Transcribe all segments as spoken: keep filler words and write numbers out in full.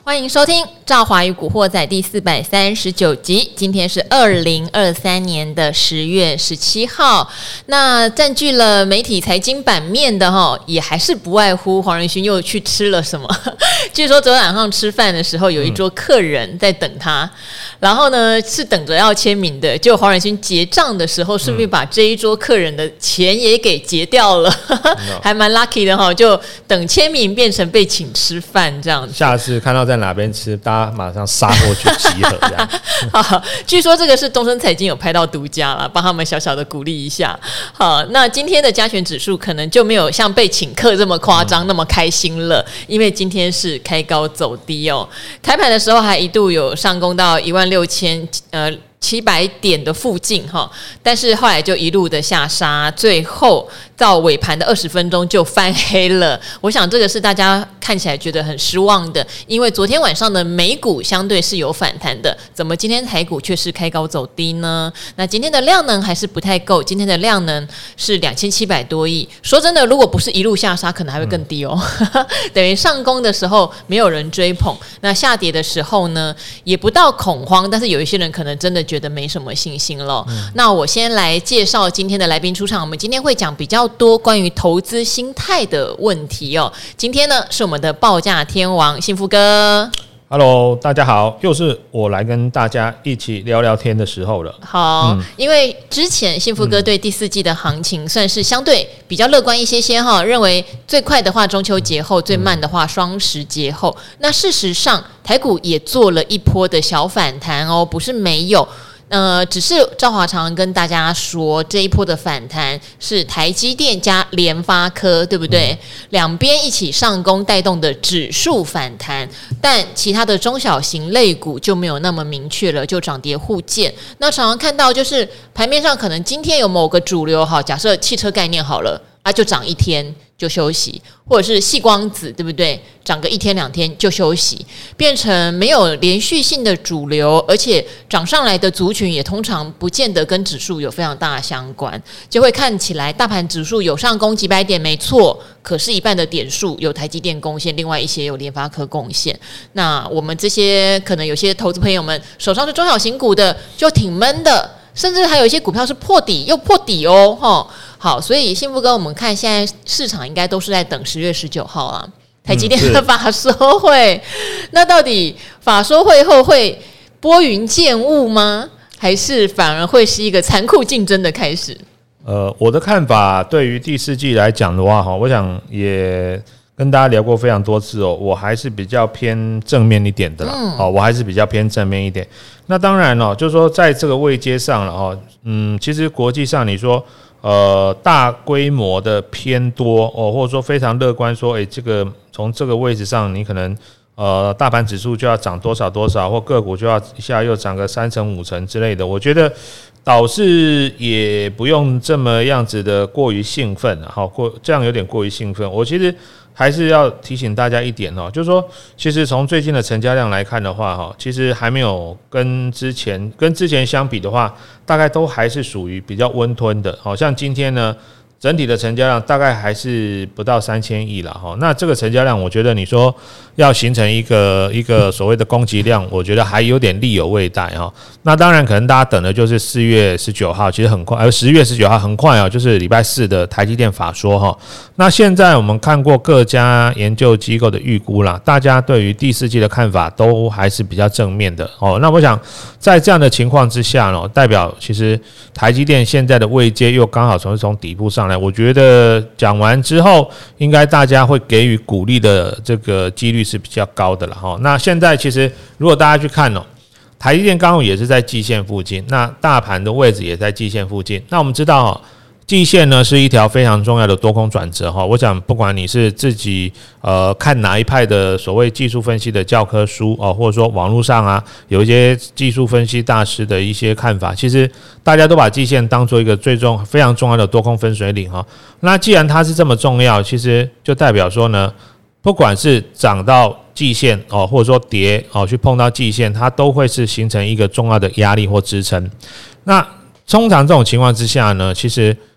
欢迎收听《赵华与古惑仔》第四百三十九集。今天是二零二三年的十月十七号。那占据了媒体财经版面的哈，也还是不外乎黄仁勋又去吃了什么。据说昨天晚上吃饭的时候，有一桌客人在等他，然后呢是等着要签名的。结果黄仁勋结账的时候，顺便把这一桌客人的钱也给结掉了，还蛮 lucky 的哈。就等签名变成被请吃饭这样子。 下次看到在哪边吃，大家马上杀过去集合这样。 好，据说这个是东森财经有拍到独家啦，帮他们小小的鼓励一下。好，那今天的加权指数可能就没有像被请客这么夸张、嗯、那么开心了，因为今天是开高走低哦。开盘的时候还一度有上攻到一万六千呃七百点的附近哈，但是后来就一路的下杀，最后到尾盘的二十分钟就翻黑了。我想这个是大家看起来觉得很失望的，因为昨天晚上的美股相对是有反弹的，怎么今天台股却是开高走低呢？那今天的量能还是不太够，今天的量能是两千七百多亿。说真的，如果不是一路下杀，可能还会更低哦。嗯、等于上攻的时候没有人追捧，那下跌的时候呢，也不到恐慌，但是有一些人可能真的觉得没什么信心了。嗯、那我先来介绍今天的来宾出场，我们今天会讲比较多关于投资心态的问题哦。今天呢是我们的报价天王幸福哥。 Hello， 大家好，又是我来跟大家一起聊聊天的时候了。 好，嗯、因为之前幸福哥对第四季的行情算是相对比较乐观一些些哈，认为最快的话中秋节后，最慢的话双十节后。那事实上，台股也做了一波的小反弹哦，不是没有。呃，只是赵华常跟大家说，这一波的反弹是台积电加联发科，对不对？嗯、两边一起上攻带动的指数反弹，但其他的中小型类股就没有那么明确了，就涨跌互见。那常常看到就是盘面上可能今天有某个主流，好，假设汽车概念好了啊，就涨一天就休息，或者是矽光子，对不对？涨个一天两天就休息，变成没有连续性的主流，而且涨上来的族群也通常不见得跟指数有非常大的相关，就会看起来大盘指数有上攻几百点没错，可是一半的点数有台积电贡献，另外一些有联发科贡献。那我们这些可能有些投资朋友们手上是中小型股的，就挺闷的，甚至还有一些股票是破底又破底哦，齁。好，所以幸福哥，我们看现在市场应该都是在等十月十九号啦，台积电的法说会。嗯、那到底法说会后会拨云见雾吗？还是反而会是一个残酷竞争的开始？ 呃，我的看法，对于第四季来讲的话，哈，我想也跟大家聊过非常多次哦，我还是比较偏正面一点的啦。嗯、哦，我还是比较偏正面一点。那当然哦，就是说在这个位阶上了哦，嗯，其实国际上你说。呃，大规模的偏多哦，或者说非常乐观说，诶，这个从这个位置上，你可能呃，大盘指数就要涨多少多少，或个股就要一下又涨个三成五成之类的。我觉得倒是也不用这么样子的过于兴奋，好过这样有点过于兴奋。我其实还是要提醒大家一点哦，就是说，其实从最近的成交量来看的话，哈，其实还没有跟之前跟之前相比的话，大概都还是属于比较温吞的。好像今天呢，整体的成交量大概还是不到三千亿了哈。那这个成交量，我觉得你说要形成一个一个所谓的供给量，我觉得还有点力有未逮哈。那当然，可能大家等的就是四月十九号，其实很快，而十月十九号很快哦，就是礼拜四的台积电法说哈。那现在我们看过各家研究机构的预估啦，大家对于第四季的看法都还是比较正面的哦。那我想在这样的情况之下呢，代表其实台积电现在的位阶又刚好从从底部上来，我觉得讲完之后，应该大家会给予鼓励的这个几率是比较高的了哈。那现在其实如果大家去看哦，台积电刚好也是在季线附近，那大盘的位置也在季线附近。那我们知道哦，季线呢是一条非常重要的多空转折哈。我想不管你是自己呃看哪一派的所谓技术分析的教科书哦，或者说网络上啊有一些技术分析大师的一些看法，其实大家都把季线当作一个最重非常重要的多空分水岭哈。那既然它是这么重要，其实就代表说呢，不管是涨到季线哦，或者说跌哦，去碰到季线，它都会是形成一个重要的压力或支撑。那通常这种情况之下呢，其实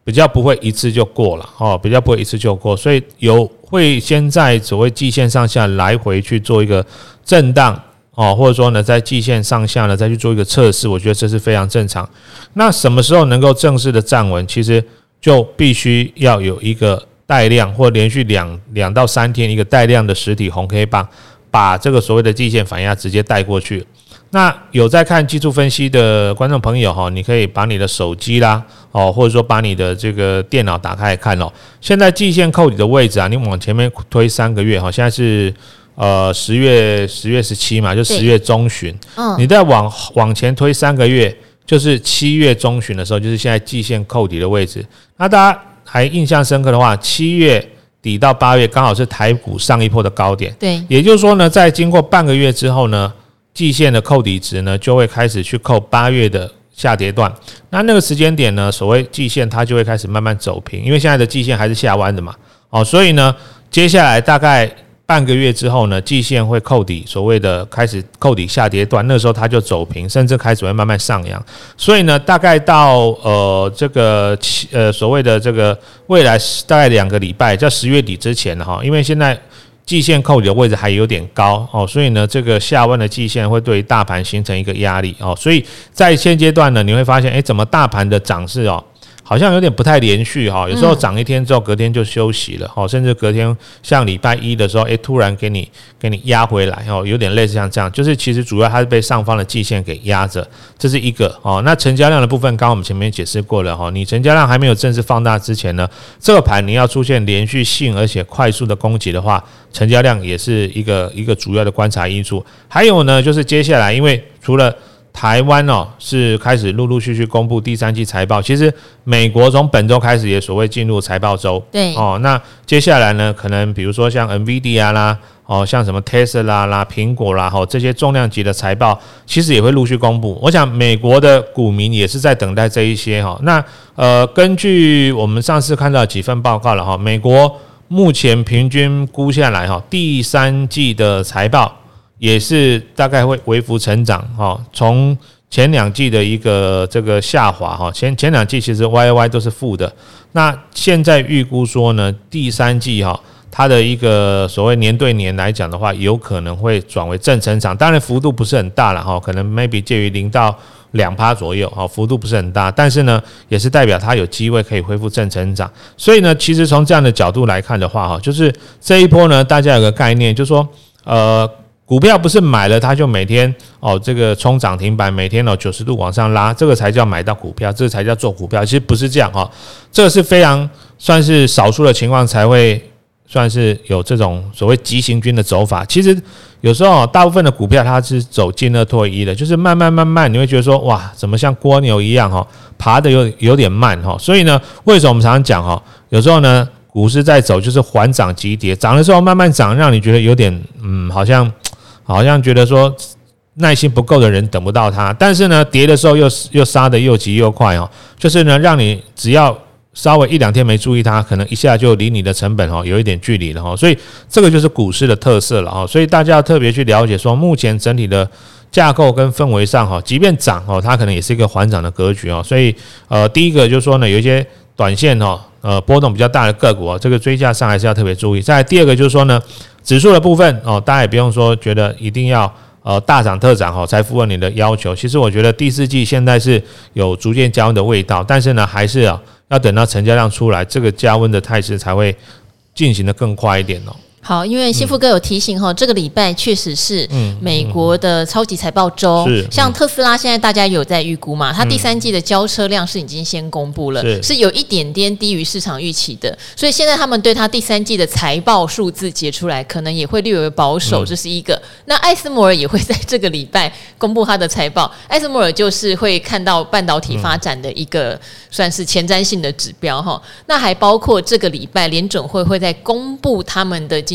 比较不会一次就过了哦，比较不会一次就过，所以有会先在所谓季线上下来回去做一个震荡哦，或者说呢在季线上下呢再去做一个测试，我觉得这是非常正常。那什么时候能够正式的站稳，其实就必须要有一个带量或连续两两到三天一个带量的实体红 K 棒，把这个所谓的季线反压直接带过去。那有在看技术分析的观众朋友哈，你可以把你的手机啦哦，或者说把你的这个电脑打开来看哦。现在季线扣底的位置啊，你往前面推三个月哈，现在是呃十月十月十七嘛，就十月中旬。嗯，你再往往前推三个月，就是七月中旬的时候，就是现在季线扣底的位置。那大家还印象深刻的话，七月底到八月刚好是台股上一波的高点。对，也就是说呢，在经过半个月之后呢，季线的扣底值呢就会开始去扣八月的下跌段。那那个时间点呢，所谓季线它就会开始慢慢走平，因为现在的季线还是下弯的嘛。哦，所以呢，接下来大概半个月之后呢，季线会扣底，所谓的开始扣底下跌段，那时候它就走平，甚至开始会慢慢上扬。所以呢，大概到呃这个呃所谓的这个未来大概两个礼拜，在十月底之前哈，因为现在季线扣底的位置还有点高哦，所以呢，这个下弯的季线会对大盘形成一个压力哦，所以在现阶段呢，你会发现，哎，怎么大盘的涨势哦，好像有点不太连续哈，有时候涨一天之后隔天就休息了哈，甚至隔天像礼拜一的时候，哎，突然给你给你压回来哦，有点类似像这样，就是其实主要它是被上方的季线给压着，这是一个哦。那成交量的部分，刚刚我们前面解释过了哈，你成交量还没有正式放大之前呢，这个盘你要出现连续性而且快速的攻击的话，成交量也是一个一个主要的观察因素。还有呢，就是接下来因为除了台湾哦是开始陆陆续续公布第三季财报，其实美国从本周开始也所谓进入财报周，对哦。那接下来呢，可能比如说像 NVIDIA 啦，哦像什么 Tesla 啦、苹果啦，哦这些重量级的财报，其实也会陆续公布。我想美国的股民也是在等待这一些哈。那呃，根据我们上次看到几份报告了哈，美国目前平均估下来哈，第三季的财报也是大概会微幅成长哈，从前两季的一个这个下滑哈，前前两季其实 Y O Y 都是负的，那现在预估说呢，第三季哈，它的一个所谓年对年来讲的话，有可能会转为正成长，当然幅度不是很大了哈，可能 maybe 介于零到两趴左右哈，幅度不是很大，但是呢，也是代表它有机会可以恢复正成长。所以呢，其实从这样的角度来看的话哈，就是这一波呢，大家有个概念，就是说呃。股票不是买了它就每天哦这个冲涨停板，每天哦九十度往上拉，这个才叫买到股票，这个才叫做股票。其实不是这样哈，这个是非常算是少数的情况才会算是有这种所谓急行军的走法。其实有时候大部分的股票它是走进二退一的，就是慢慢慢慢，你会觉得说哇，怎么像蜗牛一样哈，爬的有有点慢哈。所以呢，为什么我们常常讲哈，有时候呢股市在走就是缓涨急跌，涨的时候慢慢涨，让你觉得有点嗯好像。好像觉得说耐心不够的人等不到它，但是呢，跌的时候又又杀得又急又快哦，就是呢，让你只要稍微一两天没注意它，可能一下就离你的成本哦有一点距离了哈，所以这个就是股市的特色了哈，所以大家要特别去了解说，目前整体的架构跟氛围上哈，即便涨哦，它可能也是一个缓涨的格局哦，所以呃，第一个就是说呢，有一些短线哦，呃，波动比较大的个股哦，这个追价上还是要特别注意。再来第二个就是说呢，指数的部分哦，大家也不用说觉得一定要呃大涨特涨哦才符合你的要求。其实我觉得第四季现在是有逐渐加温的味道，但是呢，还是啊要等到成交量出来，这个加温的态势才会进行得更快一点哦。 好，因为幸福哥有提醒哈、嗯，这个礼拜确实是美国的超级财报周、嗯嗯，像特斯拉现在大家有在预估嘛，它第三季的交车量是已经先公布了，是, 是有一点点低于市场预期的，所以现在他们对它第三季的财报数字解出来，可能也会略微保守，这是一个。那艾斯摩尔也会在这个礼拜公布它的财报，艾斯摩尔就是会看到半导体发展的一个算是前瞻性的指标哈。那还包括这个礼拜联准会会在公布他们的经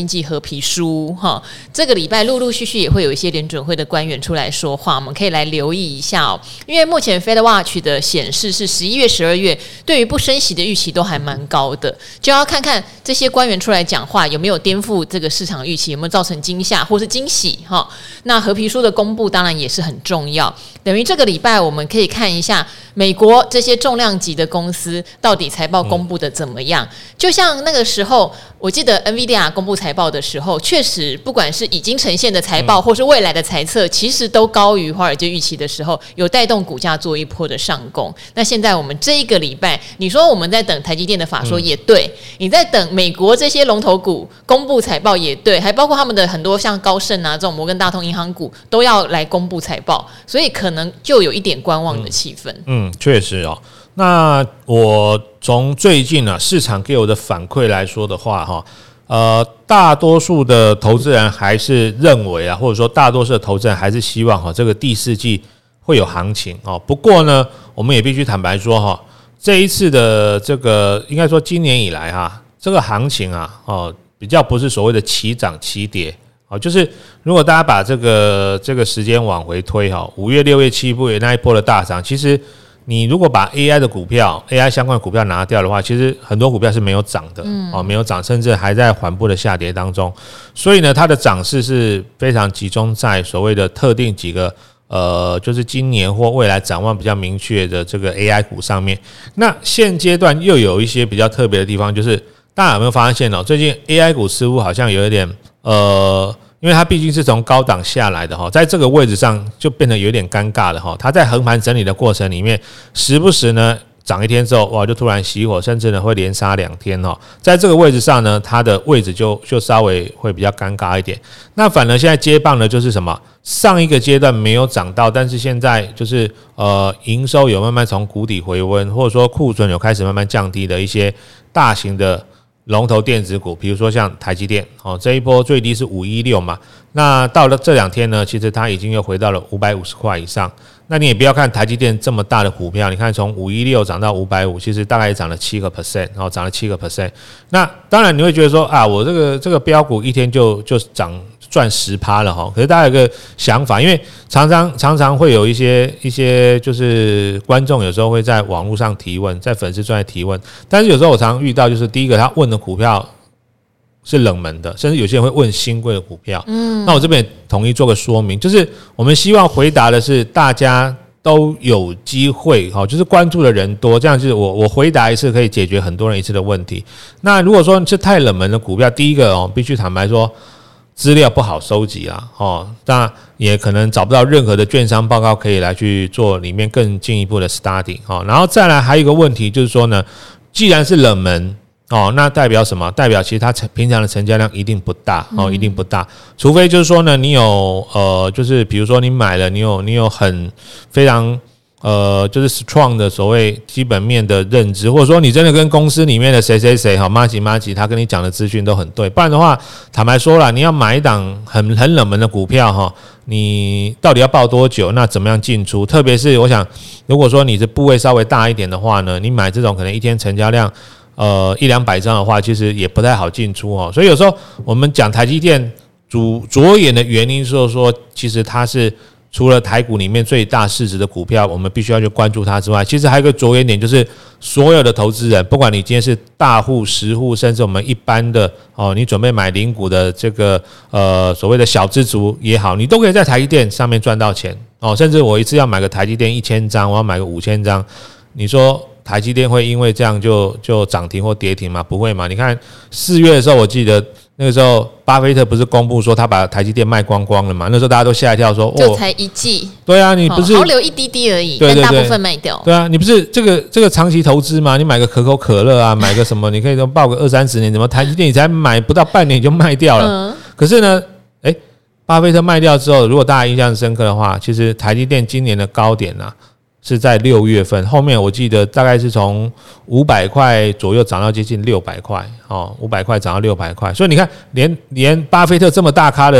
经济褐皮书哈。这个礼拜陆陆续续也会有一些联准会的官员出来说话，我们可以来留意一下哦。因为目前 Fed Watch 的显示是十一月、十二月对于不升息的预期都还蛮高的，就要看看这些官员出来讲话有没有颠覆这个市场预期，有没有造成惊吓或是惊喜哈。那褐皮书的公布当然也是很重要，等于这个礼拜我们可以看一下美国这些重量级的公司到底财报公布的怎么样。嗯、就像那个时候，我记得 NVIDIA 公布财报的时候，确实不管是已经呈现的财报，或是未来的财测，其实都高于华尔街预期的时候，有带动股价做一波的上攻。那现在我们这一个礼拜，你说我们在等台积电的法说也对，嗯、你在等美国这些龙头股公布财报也对，还包括他们的很多像高盛啊这种摩根大通银行股都要来公布财报，所以可能就有一点观望的气氛。 嗯，确、嗯、实哦。那我从最近啊市场给我的反馈来说的话，哈，呃，大多数的投资人还是认为啊，或者说大多数的投资人还是希望哈，这个第四季会有行情哦。不过呢，我们也必须坦白说哈，这一次的这个应该说今年以来哈，这个行情啊，哦，比较不是所谓的齐涨齐跌。哦，就是如果大家把这个这个时间往回推哈，五月、六月、七月那一波的大涨，其实你如果把 A I 的股票、A I 相关的股票拿掉的话，其实很多股票是没有涨的，嗯、哦，没有涨，甚至还在缓步的下跌当中。所以呢，它的涨势是非常集中在所谓的特定几个呃，就是今年或未来展望比较明确的这个 A I 股上面。那现阶段又有一些比较特别的地方，就是大家有没有发现哦？最近 A I 股似乎好像有一点呃。因为它毕竟是从高档下来的哈，在这个位置上就变得有点尴尬了哈。它在横盘整理的过程里面，时不时呢涨一天之后，哇，就突然熄火，甚至呢会连杀两天哈。在这个位置上呢，它的位置就就稍微会比较尴尬一点。那反而现在接棒的就是什么？上一个阶段没有涨到，但是现在就是呃营收有慢慢从谷底回温，或者说库存有开始慢慢降低的一些大型的龙头电子股，比如说像台积电，哦，这一波最低是五一六嘛，那到了这两天呢，其实它已经又回到了五百五十块以上。那你也不要看台积电这么大的股票，你看从五一六涨到五百五，其实大概也涨了七个 percent， 然后涨了七个 percent。那当然你会觉得说啊，我这个这个标股一天就就涨赚十趴了哈。可是大家有个想法，因为常常常常会有一些一些就是观众有时候会在网络上提问，在粉丝专页提问，但是有时候我常常遇到就是第一个他问的股票是冷门的，甚至有些人会问新贵的股票。嗯，那我这边也统一做个说明，就是我们希望回答的是大家都有机会，就是关注的人多，这样就是我我回答一次可以解决很多人一次的问题。那如果说是太冷门的股票，第一个哦，必须坦白说，资料不好收集啦，哦，那也可能找不到任何的券商报告可以来去做里面更进一步的 study。哦，然后再来还有一个问题就是说呢，既然是冷门。哦，那代表什么？代表其实它平常的成交量一定不大哦，一定不大。除非就是说呢，你有呃，就是比如说你买了，你有你有很非常呃，就是 strong 的所谓基本面的认知，或者说你真的跟公司里面的谁谁谁哈，麻吉麻吉，他跟你讲的资讯都很对。不然的话，坦白说啦，你要买一档很很冷门的股票哈，你到底要抱多久？那怎么样进出？特别是我想，如果说你的部位稍微大一点的话呢，你买这种可能一天成交量。呃，一两百张的话，其实也不太好进出哦。所以有时候我们讲台积电主着眼的原因，就是说，其实它是除了台股里面最大市值的股票，我们必须要去关注它之外，其实还有一个着眼点，就是所有的投资人，不管你今天是大户、实户，甚至我们一般的哦，你准备买零股的这个呃所谓的小资族也好，你都可以在台积电上面赚到钱哦。甚至我一次要买个台积电一千张，我要买个五千张，你说？台积电会因为这样就就涨停或跌停吗？不会嘛？你看四月的时候，我记得那个时候巴菲特不是公布说他把台积电卖光光了嘛？那时候大家都吓一跳说，哦， 就才一季， 对啊，你不是好留一滴滴而已， 对对对， 但大部分卖掉。 对啊，你不是这个这个长期投资吗？你买个可口可乐啊，买个什么，你可以报个二三十年，怎么台积电你才买不到半年你就卖掉了？嗯、可是呢，哎，巴菲特卖掉之后，如果大家印象深刻的话，其实台积电今年的高点啊。是在六月份，后面我记得大概是从五百块左右涨到接近六百块哦，五百块涨到六百块，所以你看，连连巴菲特这么大咖的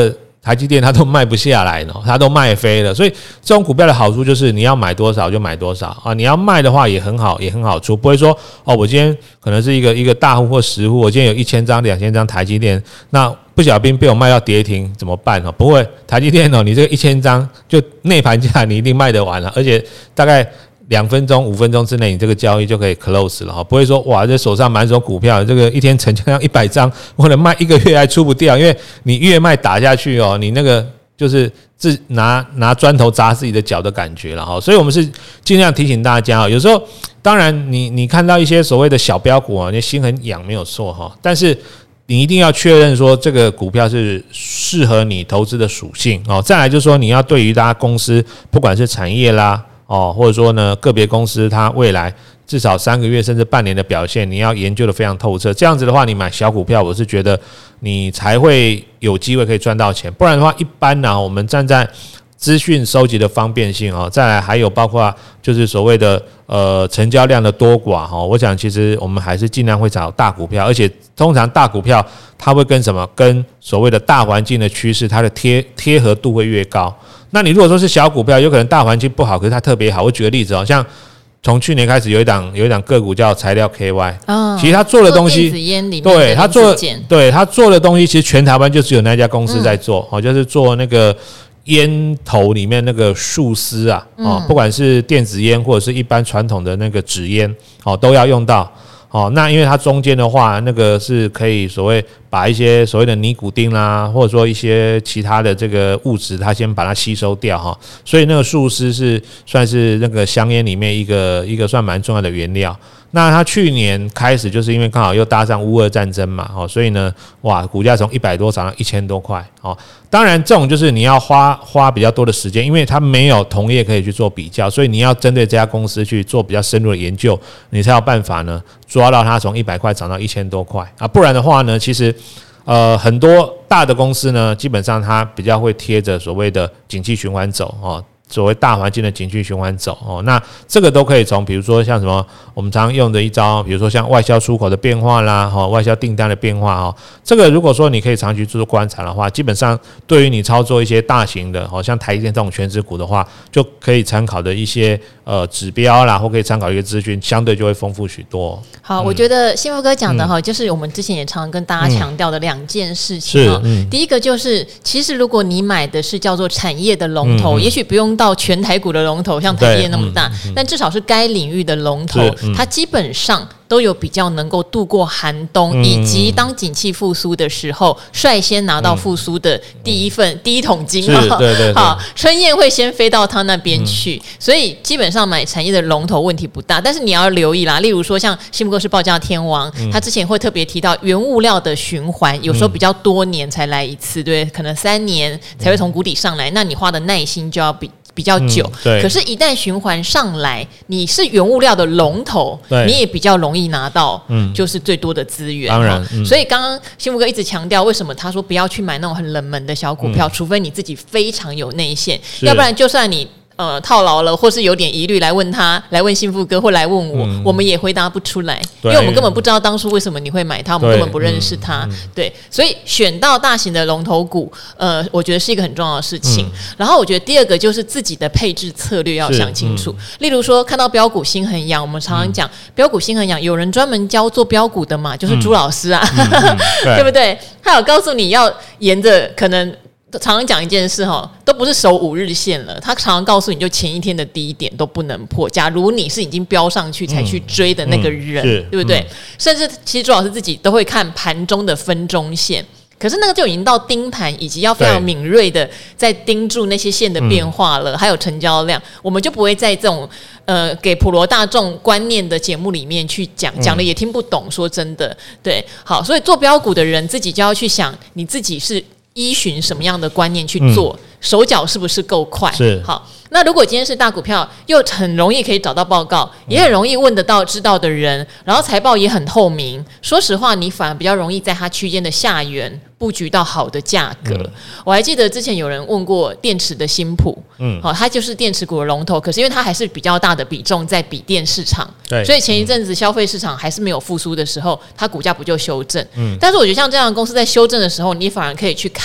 台积电它都卖不下来呢，它都卖飞了。所以这种股票的好处就是你要买多少就买多少啊，你要卖的话也很好，也很好出，不会说哦，我今天可能是一个一个大户或实户，我今天有一千张、两千张台积电，那不小心被我卖到跌停怎么办？不会，台积电哦，你这个一千张就内盘价你一定卖得完了，而且大概两分钟、五分钟之内，你这个交易就可以 close 了哈，不会说哇，这手上满手股票，这个一天成交量一百张，我能卖一个月还出不掉，因为你越卖打下去哦，你那个就是自拿拿砖头砸自己的脚的感觉了哈。所以我们是尽量提醒大家啊，有时候当然你你看到一些所谓的小标股啊，你心很痒没有错哈，但是你一定要确认说这个股票是适合你投资的属性哦。再来就是说你要对于大家公司不管是产业啦。哦，或者说呢，个别公司它未来至少三个月甚至半年的表现，你要研究的非常透彻。这样子的话，你买小股票，我是觉得你才会有机会可以赚到钱。不然的话，一般呢、啊，我们站在资讯收集的方便性啊，再来还有包括就是所谓的呃成交量的多寡哈，我想其实我们还是尽量会找大股票，而且通常大股票它会跟什么？跟所谓的大环境的趋势，它的贴贴合度会越高。那你如果说是小股票，有可能大环境不好，可是它特别好。我举个例子哦，像从去年开始有一档有一档个股叫材料 K Y，、哦、其实他做的东西， 做电子烟里面对他做对他做的东西，其实全台湾就只有那家公司在做，嗯、哦，就是做那个烟头里面那个树丝啊，哦，嗯、不管是电子烟或者是一般传统的那个纸烟，哦，都要用到。哦，那因为它中间的话，那个是可以所谓把一些所谓的尼古丁啦，或者说一些其他的这个物质，它先把它吸收掉哈，所以那个树丝是算是那个香烟里面一个一个算蛮重要的原料。那它去年开始就是因为刚好又搭上乌俄战争嘛，哦，所以呢，哇，股价从一百多涨到一千多块，哦，当然这种就是你要花花比较多的时间，因为它没有同业可以去做比较，所以你要针对这家公司去做比较深入的研究，你才有办法呢抓到它从一百块涨到一千多块啊，不然的话呢，其实呃很多大的公司呢，基本上它比较会贴着所谓的景气循环走哦。所谓大环境的景气循环走哦，那这个都可以从比如说像什么我们常用的一招，比如说像外销出口的变化啦，哈，外销订单的变化哦，这个如果说你可以长期做观察的话，基本上对于你操作一些大型的，好像台积电这种全指股的话，就可以参考的一些呃指标啦，或可以参考一个资讯，相对就会丰富许多。 好，嗯、我觉得幸福哥讲的哈，就是我们之前也常常跟大家强调的两件事情哈、嗯。第一个就是，其实如果你买的是叫做产业的龙头，嗯、也许不用到全台股的龙头，像台积电那么大，嗯嗯、但至少是该领域的龙头，嗯、它基本上都有比较能够度过寒冬，嗯、以及当景气复苏的时候，率先拿到复苏的第一份、嗯、第一桶金嘛。对对对，好，春燕会先飞到他那边去，嗯、所以基本上买产业的龙头问题不大。但是你要留意啦，例如说像幸福哥是报价天王，嗯、他之前会特别提到原物料的循环，有时候比较多年才来一次，对，可能三年才会从谷底上来，那你花的耐心就要比。比较久、嗯，可是，一旦循环上来，你是原物料的龙头，你也比较容易拿到，就是最多的资源。当然，嗯、所以刚刚幸福哥一直强调，为什么他说不要去买那种很冷门的小股票，嗯、除非你自己非常有内线，要不然就算你。呃，套牢了，或是有点疑虑，来问他，来问幸福哥，或来问我，嗯、我们也回答不出来，因为我们根本不知道当初为什么你会买它，我们根本不认识它。嗯、对，所以选到大型的龙头股，呃，我觉得是一个很重要的事情。嗯、然后我觉得第二个就是自己的配置策略要想清楚。嗯、例如说，看到标股心很痒，我们常常讲、嗯、标股心很痒，有人专门教做标股的嘛，就是朱老师啊，嗯嗯、对, 对不对？他有告诉你要沿着可能。常常讲一件事哈，都不是守五日线了。他常常告诉你就前一天的低点都不能破。假如你是已经飙上去才去追的那个人，嗯嗯、对不对？嗯、甚至其实朱老师自己都会看盘中的分钟线。可是那个就已经到盯盘，以及要非常敏锐的在盯住那些线的变化了，嗯、还有成交量，我们就不会在这种呃给普罗大众观念的节目里面去讲，讲的也听不懂。说真的，对，好，所以做标股的人自己就要去想，你自己是。依循什么样的观念去做，嗯、手脚是不是够快？是好。那如果今天是大股票，又很容易可以找到报告，也很容易问得到知道的人，然后财报也很透明。说实话，你反而比较容易在它区间的下缘布局到好的价格。嗯、我还记得之前有人问过电池的新普，嗯，好，它就是电池股的龙头，可是因为它还是比较大的比重在笔电市场，对，所以前一阵子消费市场还是没有复苏的时候，它股价不就修正？嗯，但是我觉得像这样的公司在修正的时候，你反而可以去看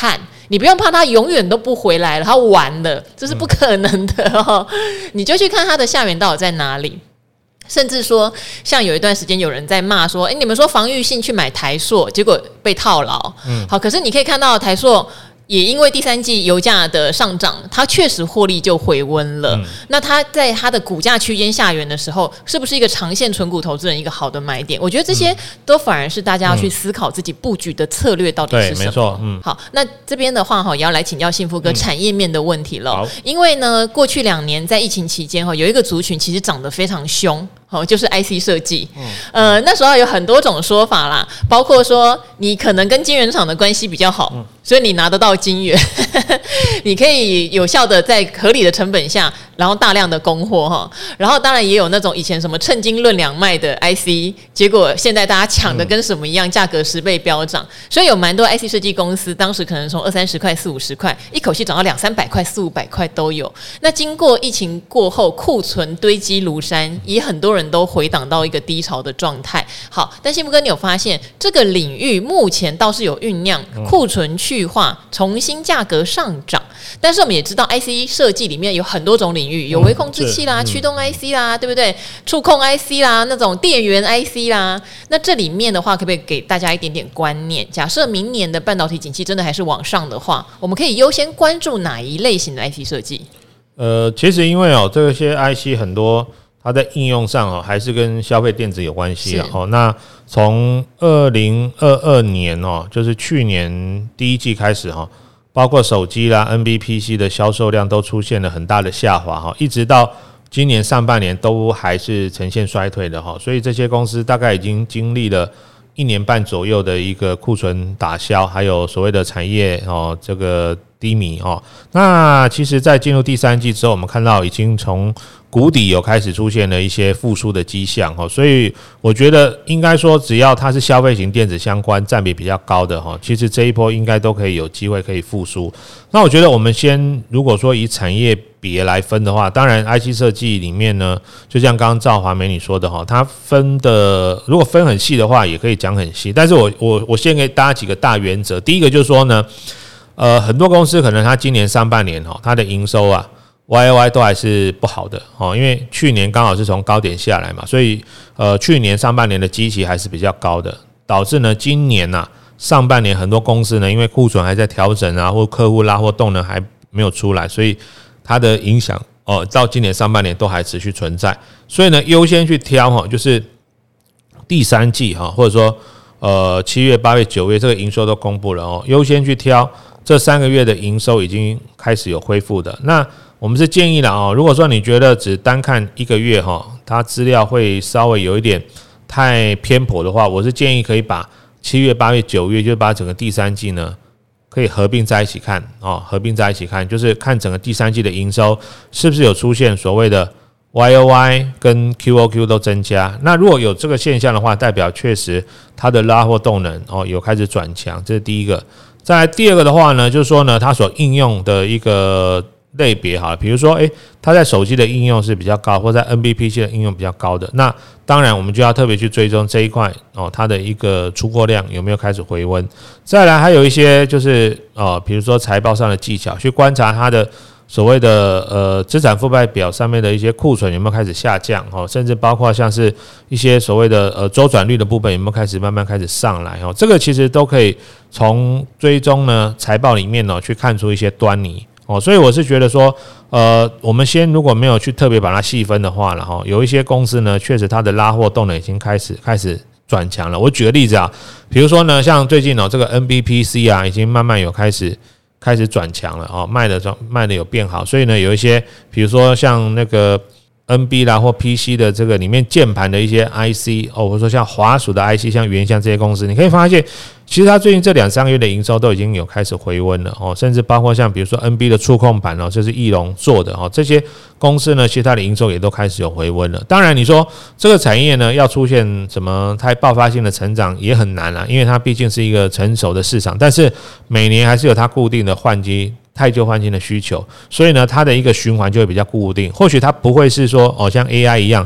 你不用怕它永远都不回来了，它完了，这是不可能的哦。你就去看它的下缘到底在哪里。甚至说，像有一段时间有人在骂说，哎，你们说防御性去买台塑，结果被套牢。嗯，好，可是你可以看到台塑也因为第三季油价的上涨，它确实获利就回温了。嗯、那它在它的股价区间下缘的时候，是不是一个长线存股投资人一个好的买点？我觉得这些都反而是大家要去思考自己布局的策略到底是什么。 对，没错。嗯， 好，那这边的话哈，也要来请教幸福哥产业面的问题了。嗯、因为呢，过去两年在疫情期间哈，有一个族群其实涨得非常凶。哦，就是 I C 设计，嗯、呃，那时候有很多种说法啦，包括说你可能跟晶圆厂的关系比较好，嗯、所以你拿得到晶圆，你可以有效的在合理的成本下，然后大量的供货哈。然后当然也有那种以前什么称斤论两卖的 I C， 结果现在大家抢的跟什么一样，价格十倍飙涨，所以有蛮多 I C 设计公司当时可能从二三十块、四五十块，一口气涨到两三百块、四五百块都有。那经过疫情过后，库存堆积如山，也很多人人都回档到一个低潮的状态。好，但幸福哥，你有发现这个领域目前倒是有酝酿库存去化，重新价格上涨。但是我们也知道 I C 设计里面有很多种领域，有微控制器啦、驱动 I C 啦，对不对？触控 I C 啦，那种电源 I C 啦。那这里面的话，可不可以给大家一点点观念？假设明年的半导体景气真的还是往上的话，我们可以优先关注哪一类型的 I C 设计？ 呃，其实因为哦，这些 I C 很多。它在应用上哦，还是跟消费电子有关系哦。那从二零二二年哦，就是去年第一季开始哈，包括手机啦、N B P C 的销售量都出现了很大的下滑哈，一直到今年上半年都还是呈现衰退的哈。所以这些公司大概已经经历了一年半左右的一个库存打消，还有所谓的产业哦这个低迷哦。那其实，在进入第三季之后，我们看到已经从谷底有开始出现了一些复苏的迹象哈，所以我觉得应该说，只要它是消费型电子相关占比比较高的哈，其实这一波应该都可以有机会可以复苏。那我觉得我们先如果说以产业别来分的话，当然 I C 设计里面呢，就像刚刚兆华美女说的哈，它分的如果分很细的话，也可以讲很细。但是我我我先给大家几个大原则。第一个就是说呢，呃，很多公司可能它今年上半年哈，它的营收啊。Y O Y 都还是不好的哦，因为去年刚好是从高点下来嘛，所以呃去年上半年的基期还是比较高的，导致呢今年呐、啊、上半年很多公司呢因为库存还在调整啊，或客户拉货动能还没有出来，所以它的影响哦到今年上半年都还持续存在，所以呢优先去挑哈，就是第三季哈，或者说呃七月、八月、九月这个营收都公布了哦，优先去挑这三个月的营收已经开始有恢复的那。我们是建议啦哦，如果说你觉得只单看一个月哈，它资料会稍微有一点太偏颇的话，我是建议可以把七月、八月、九月，就把整个第三季呢可以合并在一起看哦，合并在一起看，就是看整个第三季的营收是不是有出现所谓的 Y O Y 跟 Q O Q 都增加。那如果有这个现象的话，代表确实它的拉货动能哦有开始转强，这是第一个。再来第二个的话呢，就是说呢，它所应用的一个类别好了，比如说，诶，它在手机的应用是比较高，或在 N B P C 的应用比较高的，那当然我们就要特别去追踪这一块哦，它的一个出货量有没有开始回温。再来还有一些就是哦，比如说财报上的技巧，去观察它的所谓的呃资产负债表上面的一些库存有没有开始下降哦，甚至包括像是一些所谓的呃周转率的部分有没有开始慢慢开始上来哦，这个其实都可以从追踪呢财报里面哦去看出一些端倪。哦，所以我是觉得说，呃，我们先如果没有去特别把它细分的话，然后有一些公司呢，确实它的拉货动能已经开始开始转强了。我举个例子啊，比如说呢，像最近哦，这个 N B P C 啊，已经慢慢有开始开始转强了哦，卖的卖的有变好，所以呢，有一些比如说像那个 N B 啦或 P C 的这个里面键盘的一些 I C 哦，或者说像滑鼠的 I C， 像原像这些公司，你可以发现。其实它最近这两三个月的营收都已经有开始回温了哦，甚至包括像比如说 N B 的触控板哦，这是翼龙做的哦，这些公司呢，其实它的营收也都开始有回温了。当然，你说这个产业呢要出现什么太爆发性的成长也很难啊，因为它毕竟是一个成熟的市场，但是每年还是有它固定的换机。汰旧换新的需求，所以呢，它的一个循环就会比较固定。或许它不会是说哦，像 A I 一样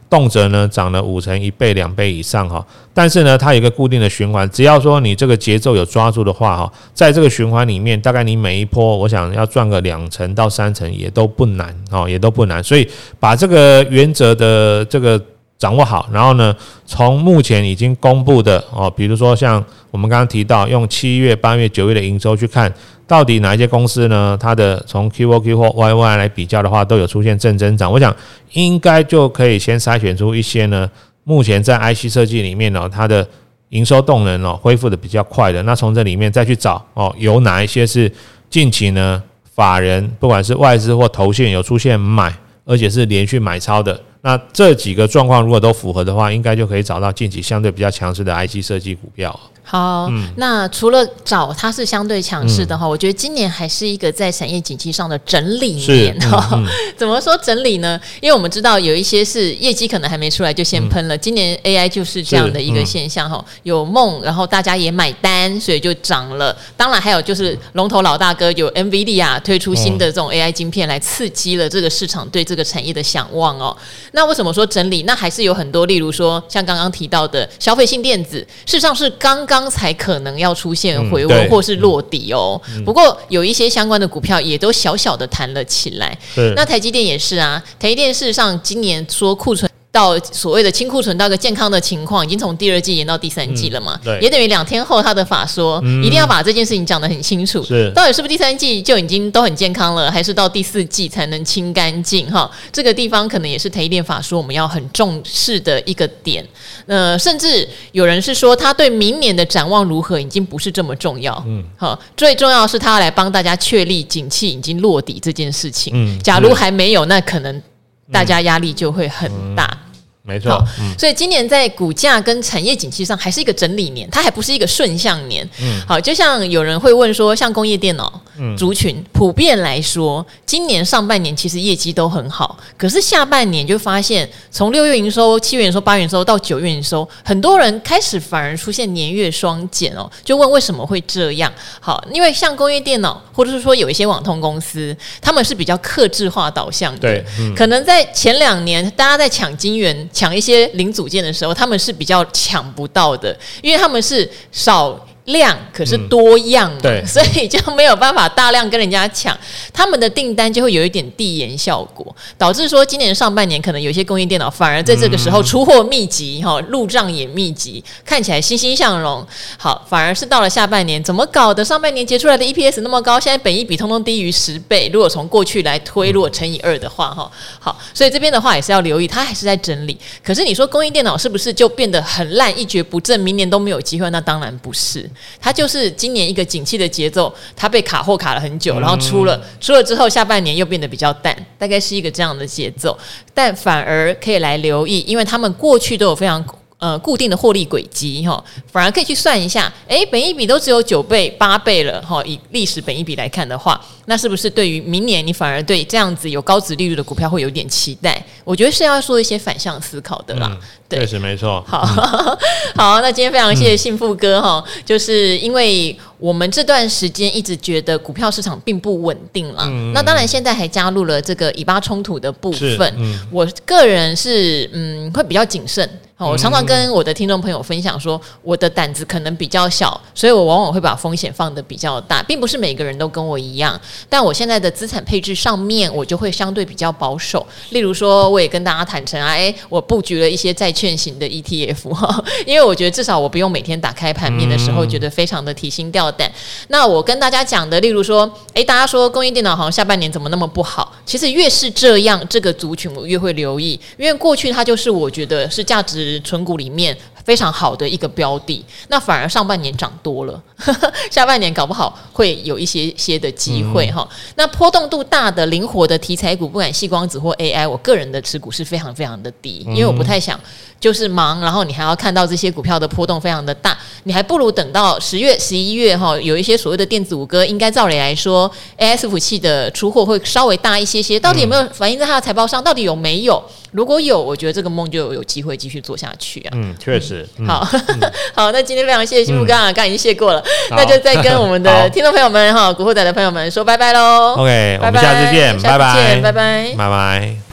动辄呢涨了五成、一倍、两倍以上哈。但是呢，它有一个固定的循环，只要说你这个节奏有抓住的话哈，在这个循环里面，大概你每一波，我想要赚个两成到三成也都不难哦，也都不难。所以把这个原则的这个掌握好，然后呢，从目前已经公布的哦，比如说像我们刚刚提到，用七月、八月、九月的营收去看，到底哪一些公司呢？它的从 Q O Q 或 Y Y 来比较的话，都有出现正增长。我想应该就可以先筛选出一些呢，目前在 I C 设计里面哦，它的营收动能哦恢复的比较快的。那从这里面再去找哦，有哪一些是近期呢法人不管是外资或投信有出现买，而且是连续买超的。那这几个状况如果都符合的话，应该就可以找到近期相对比较强势的 I C 设计股票。 好、嗯，那除了找它是相对强势的哈、嗯，我觉得今年还是一个在产业景气上的整理年哈、嗯嗯。怎么说整理呢？因为我们知道有一些是业绩可能还没出来就先喷了，嗯、今年 A I 就是这样的一个现象哈、嗯，有梦，然后大家也买单，所以就涨了。当然还有就是龙头老大哥有 NVIDIA 推出新的这种 A I 晶片来刺激了这个市场对这个产业的想望哦。那为什么说整理？那还是有很多，例如说像刚刚提到的消费性电子，事实上是刚刚才可能要出现回温、嗯、或是落底哦、嗯。不过有一些相关的股票也都小小的弹了起来。那台积电也是啊，台积电事实上今年说库存到所谓的清库存到一个健康的情况，已经从第二季延到第三季了嘛？嗯、也等于两天后他的法说、嗯、一定要把这件事情讲得很清楚，到底是不是第三季就已经都很健康了，还是到第四季才能清干净？哈，这个地方可能也是台积电法说我们要很重视的一个点。呃，甚至有人是说他对明年的展望如何已经不是这么重要，嗯，好，最重要的是他要来帮大家确立景气已经落底这件事情。嗯，假如还没有，那可能大家压力就会很大。嗯嗯没错、嗯， 所以今年在股价跟产业景气上还是一个整理年，它还不是一个顺向年。嗯，好，就像有人会问说，像工业电脑族群，普遍来说，今年上半年其实业绩都很好，可是下半年就发现，从六月营收、七月营收、八月营收到九月营收，很多人开始反而出现年月双减哦，就问为什么会这样？好，因为像工业电脑，或者是说有一些网通公司，他们是比较客制化导向的，对，嗯、可能在前两年大家在抢晶圆。抢一些零组件的时候，他们是比较抢不到的，因为他们是少量可是多样嘛、嗯、对，所以就没有办法大量跟人家抢，他们的订单就会有一点递延效果，导致说今年上半年可能有些工业电脑反而在这个时候出货密集，哈，入账也密集，看起来欣欣向荣。好，反而是到了下半年，怎么搞的？上半年结出来的 E P S 那么高，现在本益比通通低于十倍。如果从过去来推，如果乘以二的话，哈，好，所以这边的话也是要留意，它还是在整理。可是你说工业电脑是不是就变得很烂，一蹶不振，明年都没有机会？那当然不是。它就是今年一个景气的节奏，它被卡货卡了很久，然后出了出了之后，下半年又变得比较淡，大概是一个这样的节奏。但反而可以来留意，因为他们过去都有非常呃固定的获利轨迹哈，反而可以去算一下，哎，本益比都只有九倍、八倍了哈，以历史本益比来看的话，那是不是对于明年你反而对这样子有高殖利率的股票会有点期待？我觉得是要做一些反向思考的啦。嗯确实没错。 好，好，那今天非常谢谢幸福哥哈、嗯，就是因为我们这段时间一直觉得股票市场并不稳定啦。嗯、那当然现在还加入了这个以巴冲突的部分，嗯、我个人是嗯会比较谨慎。我常常跟我的听众朋友分享说，我的胆子可能比较小，所以我往往会把风险放得比较大，并不是每个人都跟我一样。但我现在的资产配置上面，我就会相对比较保守。例如说，我也跟大家坦诚啊，哎，我布局了一些债券型的 E T F 哈，因为我觉得至少我不用每天打开盘面的时候，觉得非常的提心吊胆。那我跟大家讲的，例如说，哎，大家说工业电脑好像下半年怎么那么不好？其实越是这样，这个族群我越会留意，因为过去它就是我觉得是价值存股里面非常好的一个标的，那反而上半年涨多了，呵呵，下半年搞不好会有一些些的机会哈、嗯。那波动度大的、灵活的题材股，不管矽光子或 A I， 我个人的持股是非常非常的低，因为我不太想就是忙，然后你还要看到这些股票的波动非常的大，你还不如等到十月、十一月哈，有一些所谓的电子五哥，应该照理来说 A S 服务器的出货会稍微大一些些，到底有没有反映在它的财报上？到底有没有？如果有，我觉得这个梦就有机会继续做下去啊。嗯， 确实。嗯、 好，嗯、好，那今天非常谢谢幸福哥啊，刚刚已经谢过了，那就再跟我们的听众朋友们哈，古惑仔的朋友们说拜拜喽。 OK， 拜拜， 我们下次见， 拜拜， 拜拜， 拜拜， 拜拜。